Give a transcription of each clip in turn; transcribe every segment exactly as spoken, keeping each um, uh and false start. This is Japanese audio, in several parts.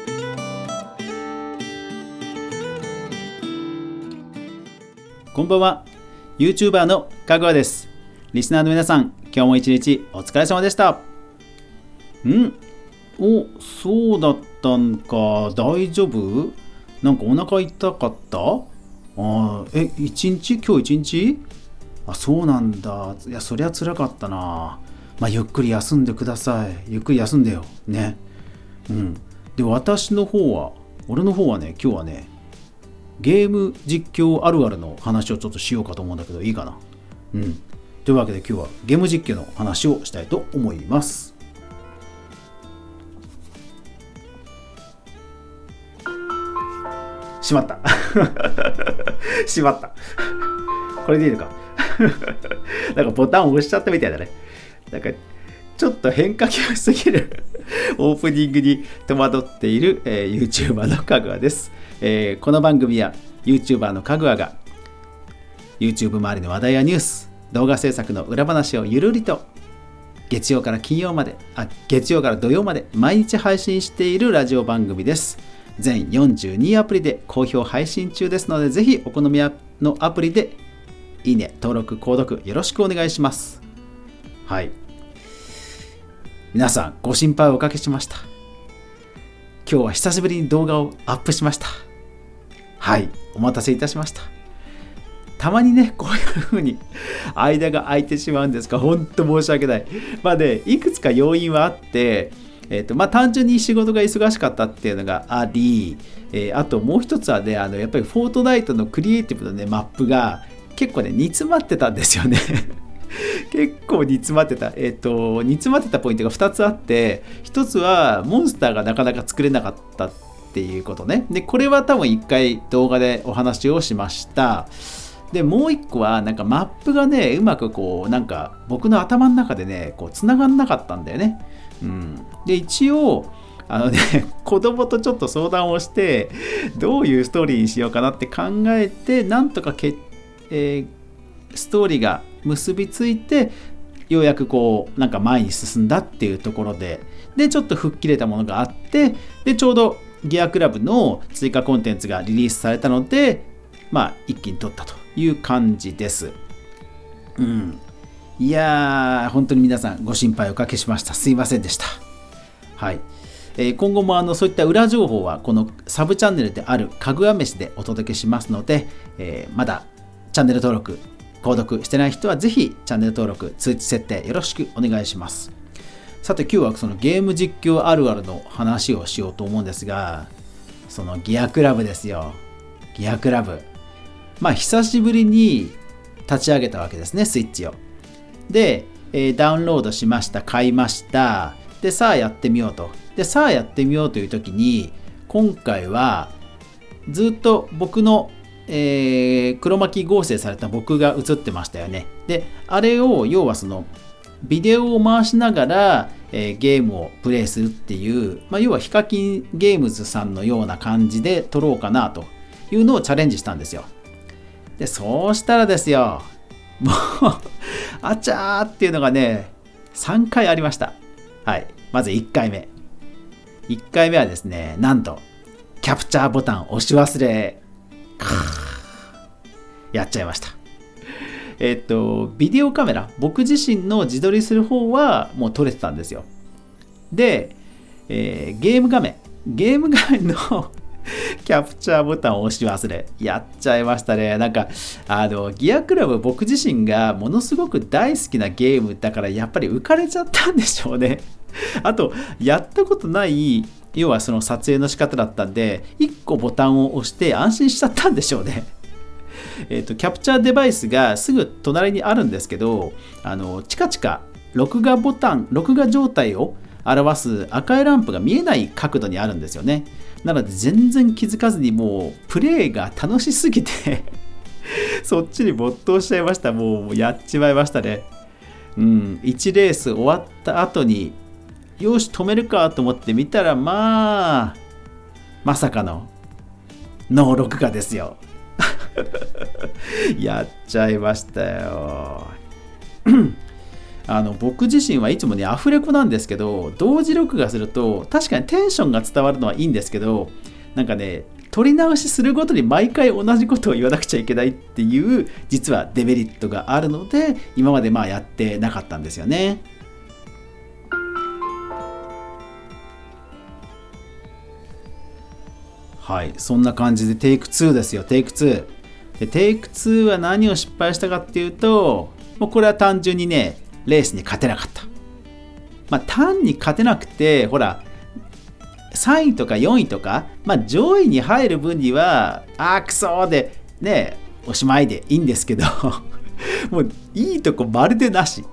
こんばんは。 YouTuber のかぐわです。リスナーの皆さん、今日も一日お疲れ様でした。んお、そうだったんか。大丈夫？なんかお腹痛かった？あえ、一日？今日一日？あ、そうなんだ。いや、そりゃ辛かったな。まあ、ゆっくり休んでください。ゆっくり休んでよ。ね。うん。で、私の方は、俺の方はね、今日はね、ゲーム実況あるあるの話をちょっとしようかと思うんだけど、いいかな。うん。というわけで今日はゲーム実況の話をしたいと思います。しまった。しまった。これでいいのか。なんかボタンを押しちゃったみたいだね。なんかちょっと変化球すぎるオープニングに戸惑っている、えー、YouTuber のかぐわです。えー、この番組は YouTuber のかぐわが YouTube 周りの話題やニュース、動画制作の裏話をゆるりと月曜から金曜まで、あ、月曜から土曜まで毎日配信しているラジオ番組です。全よんじゅうにアプリで好評配信中ですので、ぜひお好みのアプリでいいね、登録、購読よろしくお願いします。はい。皆さんご心配をおかけしました。今日は久しぶりに動画をアップしました。はい、お待たせいたしました。たまにね、こういう風に間が空いてしまうんですが、本当申し訳ない。まあね、いくつか要因はあって、えーとまあ、単純に仕事が忙しかったっていうのがあり、えー、あともう一つはね、あのやっぱりフォートナイトのクリエイティブのね、マップが結構ね、煮詰まってたんですよね。結構煮詰まってた。えっと、煮詰まってたポイントがふたつあって、ひとつはモンスターがなかなか作れなかったっていうことね。で、これは多分いっかい動画でお話をしました。で、もういっこはなんかマップがね、うまくこう、なんか僕の頭の中でね、こう繋がんなかったんだよね。うん。で、一応、あのね、子供とちょっと相談をして、どういうストーリーにしようかなって考えて、なんとかけ、えー、ストーリーが結びついて、ようやくこうなんか前に進んだっていうところで、でちょっと吹っ切れたものがあって、でちょうどギアクラブの追加コンテンツがリリースされたので、まあ一気に取ったという感じです。うん。いやー、本当に皆さんご心配おかけしました。すいませんでした。はい。えー、今後もあのそういった裏情報はこのサブチャンネルであるかぐわ飯でお届けしますので、えー、まだチャンネル登録購読してない人はぜひチャンネル登録、通知設定よろしくお願いします。さて今日はそのゲーム実況あるあるの話をしようと思うんですが、そのギアクラブですよ。ギアクラブ。まあ久しぶりに立ち上げたわけですね、スイッチを。で、えー、ダウンロードしました、買いました。で、さあやってみようと。で、さあやってみようという時に、今回はずっと僕のえー、黒巻き合成された僕が映ってましたよね。で、あれを要はそのビデオを回しながら、えー、ゲームをプレイするっていう、まあ、要はヒカキンゲームズさんのような感じで撮ろうかなというのをチャレンジしたんですよ。で、そうしたらですよ、もうあちゃーっていうのがね、さんかいありました。はい。まずいっかいめ。いっかいめはですね、なんとキャプチャーボタン押し忘れ。やっちゃいました。えっとビデオカメラ、僕自身の自撮りする方はもう撮れてたんですよ。で、えー、ゲーム画面ゲーム画面のキャプチャーボタンを押し忘れ、やっちゃいましたね。なんかあのギアクラブ、僕自身がものすごく大好きなゲームだから、やっぱり浮かれちゃったんでしょうね。あとやったことない要はその撮影の仕方だったんで、いっこボタンを押して安心しちゃったんでしょうね。えっとキャプチャーデバイスがすぐ隣にあるんですけど、あのチカチカ録画ボタン、録画状態を表す赤いランプが見えない角度にあるんですよね。なので全然気づかずに、もうプレイが楽しすぎてそっちに没頭しちゃいました。もうやっちまいましたね。うん、いちレース終わった後によし止めるかと思って見たら、まあまさかのノー録画ですよ。やっちゃいましたよ。 あの僕自身はいつもねアフレコなんですけど、同時録画すると確かにテンションが伝わるのはいいんですけど、なんかね撮り直しするごとに毎回同じことを言わなくちゃいけないっていう実はデメリットがあるので、今までまあやってなかったんですよね。はい、そんな感じでテイクツーですよ。テイクツーでテイクツーは何を失敗したかっていうと、もうこれは単純にねレースに勝てなかった。まあ単に勝てなくて、ほらさんいとかよんいとか、まあ、上位に入る分にはあーくそーでねおしまいでいいんですけどもういいとこまるでなし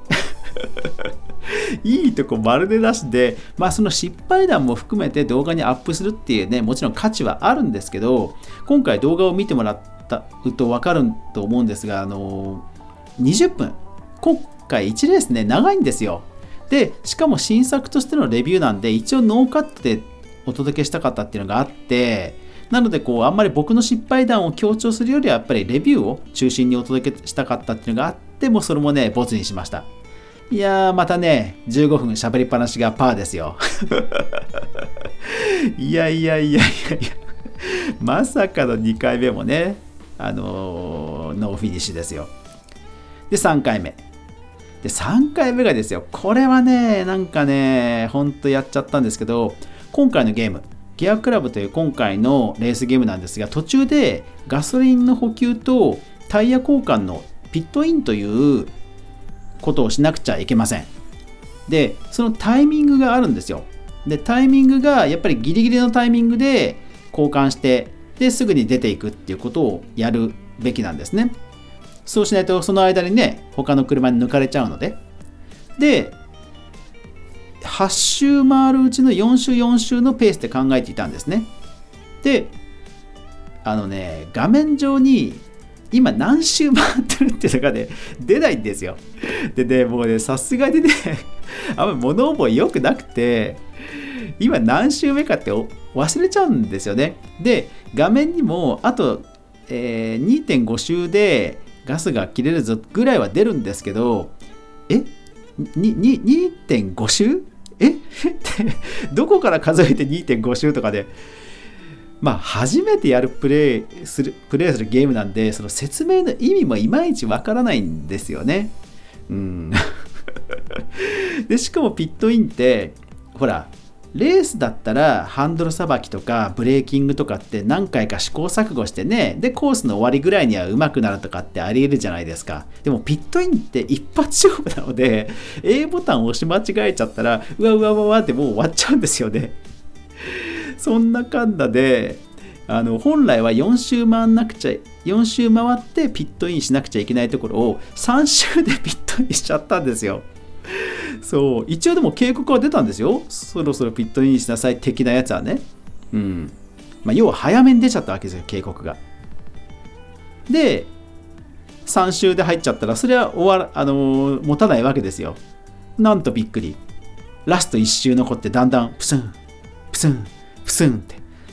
いいとこまるでなしで、まあその失敗談も含めて動画にアップするっていうね、もちろん価値はあるんですけど、今回動画を見てもらったと分かると思うんですが、あのー、にじゅっぷん、今回いちレースね長いんですよ。でしかも新作としてのレビューなんで、一応ノーカットでお届けしたかったっていうのがあって、なのでこうあんまり僕の失敗談を強調するよりはやっぱりレビューを中心にお届けしたかったっていうのがあって、もうそれもねボツにしました。いやーまたねじゅうごふん喋りっぱなしがパーですよいやいやいやいやいやまさかのにかいめもねあのー、ノーフィニッシュですよ。でさんかいめでさんかいめがですよ、これはねなんかねほんとやっちゃったんですけど、今回のゲームギアクラブという今回のレースゲームなんですが、途中でガソリンの補給とタイヤ交換のピットインということをしなくちゃいけません。でそのタイミングがあるんですよ。でタイミングがやっぱりギリギリのタイミングで交換して、ですぐに出ていくっていうことをやるべきなんですね。そうしないとその間にね他の車に抜かれちゃうので。ではち周回るうちのよん周よん周のペースで考えていたんですね。であのね画面上に今何周回ってるっていうのがね出ないんですよ。でねもうねさすがにねあんまり物覚え良くなくて、今何周目かって忘れちゃうんですよね。で画面にもあと、えー、にてんご 周でガスが切れるぞぐらいは出るんですけど、えにに にてんご 周えどこから数えて にてんご 周とかで、まあ初めてやるプレイするプレイするゲームなんで、その説明の意味もいまいちわからないんですよね。うんでしかもピットインってほらレースだったらハンドルさばきとかブレーキングとかって何回か試行錯誤してね、でコースの終わりぐらいには上手くなるとかってありえるじゃないですか。でもピットインって一発勝負なので A ボタンを押し間違えちゃったらうわうわうわってもう終わっちゃうんですよね。そんなかんだであの本来はよん周回んなくちゃよん周回ってピットインしなくちゃいけないところをさん周でピットインしちゃったんですよ。そう一応でも警告は出たんですよ。そろそろピットインしなさい的なやつはね。うんまあ、要は早めに出ちゃったわけですよ警告が。でさん周で入っちゃったらそれは終わあのー、持たないわけですよ。なんとびっくり、ラストいち周残ってだんだんプスンプスンプスンって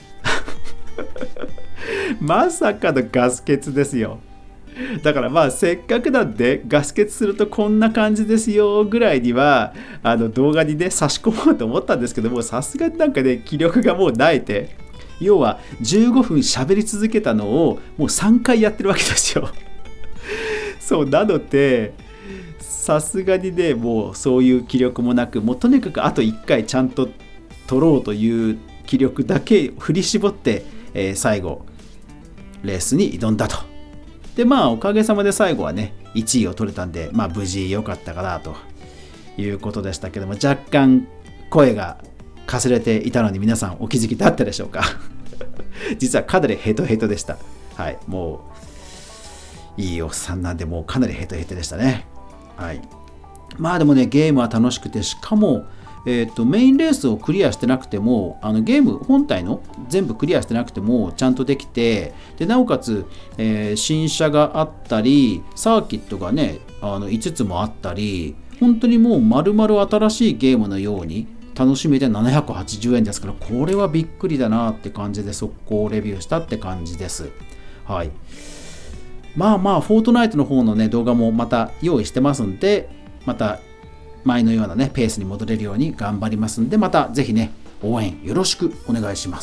まさかのガス欠ですよ。だからまあせっかくなんでガス欠するとこんな感じですよぐらいにはあの動画にね差し込もうと思ったんですけども、さすがになんかね気力がもうないて、要はじゅうごふん喋り続けたのをもうさんかいやってるわけですよ。そうなのでさすがにねもうそういう気力もなく、もうとにかくあといっかいちゃんと撮ろうという気力だけ振り絞って、えー、最後レースに挑んだと。でまあおかげさまで最後はねいちいを取れたんで、まあ無事良かったかなということでしたけども、若干声がかすれていたのに皆さんお気づきだったでしょうか。実はかなりヘトヘトでした。はい、もういいおっさんなんでもうかなりヘトヘトでしたね。はい、まあでもねゲームは楽しくて、しかもえー、とメインレースをクリアしてなくてもあのゲーム本体の全部クリアしてなくてもちゃんとできて、でなおかつ、えー、新車があったりサーキットがねあのいつつもあったり、本当にもう丸々新しいゲームのように楽しめてななひゃくはちじゅうえんですから、これはびっくりだなって感じで速攻レビューしたって感じです。はい、まあまあフォートナイトの方のね動画もまた用意してますんで、また前のようなねペースに戻れるように頑張りますんで、またぜひね応援よろしくお願いします。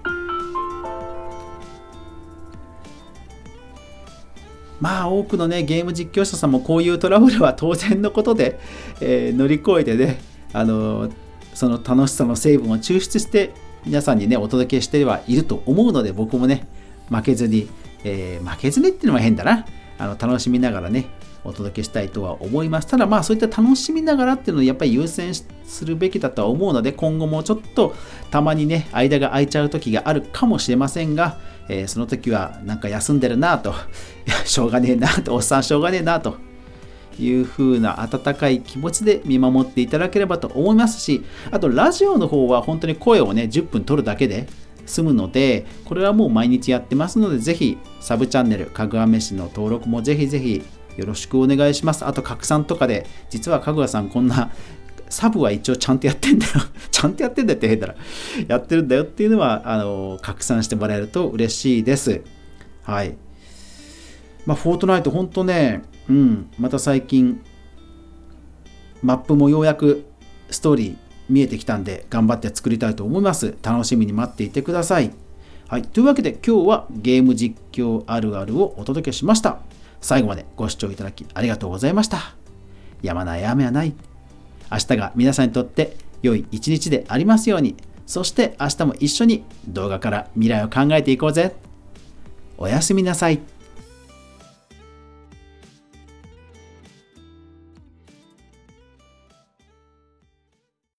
まあ多くのねゲーム実況者さんもこういうトラブルは当然のことで、えー、乗り越えてね、あのー、その楽しさの成分を抽出して皆さんにねお届けしてはいると思うので、僕もね負けずに、えー、負けずにっていうのは変だな、あの楽しみながらねお届けしたいとは思います。ただまあそういった楽しみながらっていうのをやっぱり優先するべきだとは思うので、今後もちょっとたまにね間が空いちゃう時があるかもしれませんが、えー、その時はなんか休んでるなとしょうがねえなと、おっさんしょうがねえなという風な温かい気持ちで見守っていただければと思いますし、あとラジオの方は本当に声をねじゅっぷん取るだけで済むので、これはもう毎日やってますので、ぜひサブチャンネルかぐわ飯の登録もぜひぜひよろしくお願いします。あと拡散とかで、実はかぐわさんこんなサブは一応ちゃんとやってんだよちゃんとやってんだよって変だらやってるんだよっていうのはあの拡散してもらえると嬉しいです。はい。まあフォートナイト本当ね、うん、また最近マップもようやくストーリー見えてきたんで頑張って作りたいと思います。楽しみに待っていてください。はい、というわけで今日はゲーム実況あるあるをお届けしました。最後までご視聴いただきありがとうございました。やまない雨はない。明日が皆さんにとって良い一日でありますように。そして明日も一緒に動画から未来を考えていこうぜ。おやすみなさい。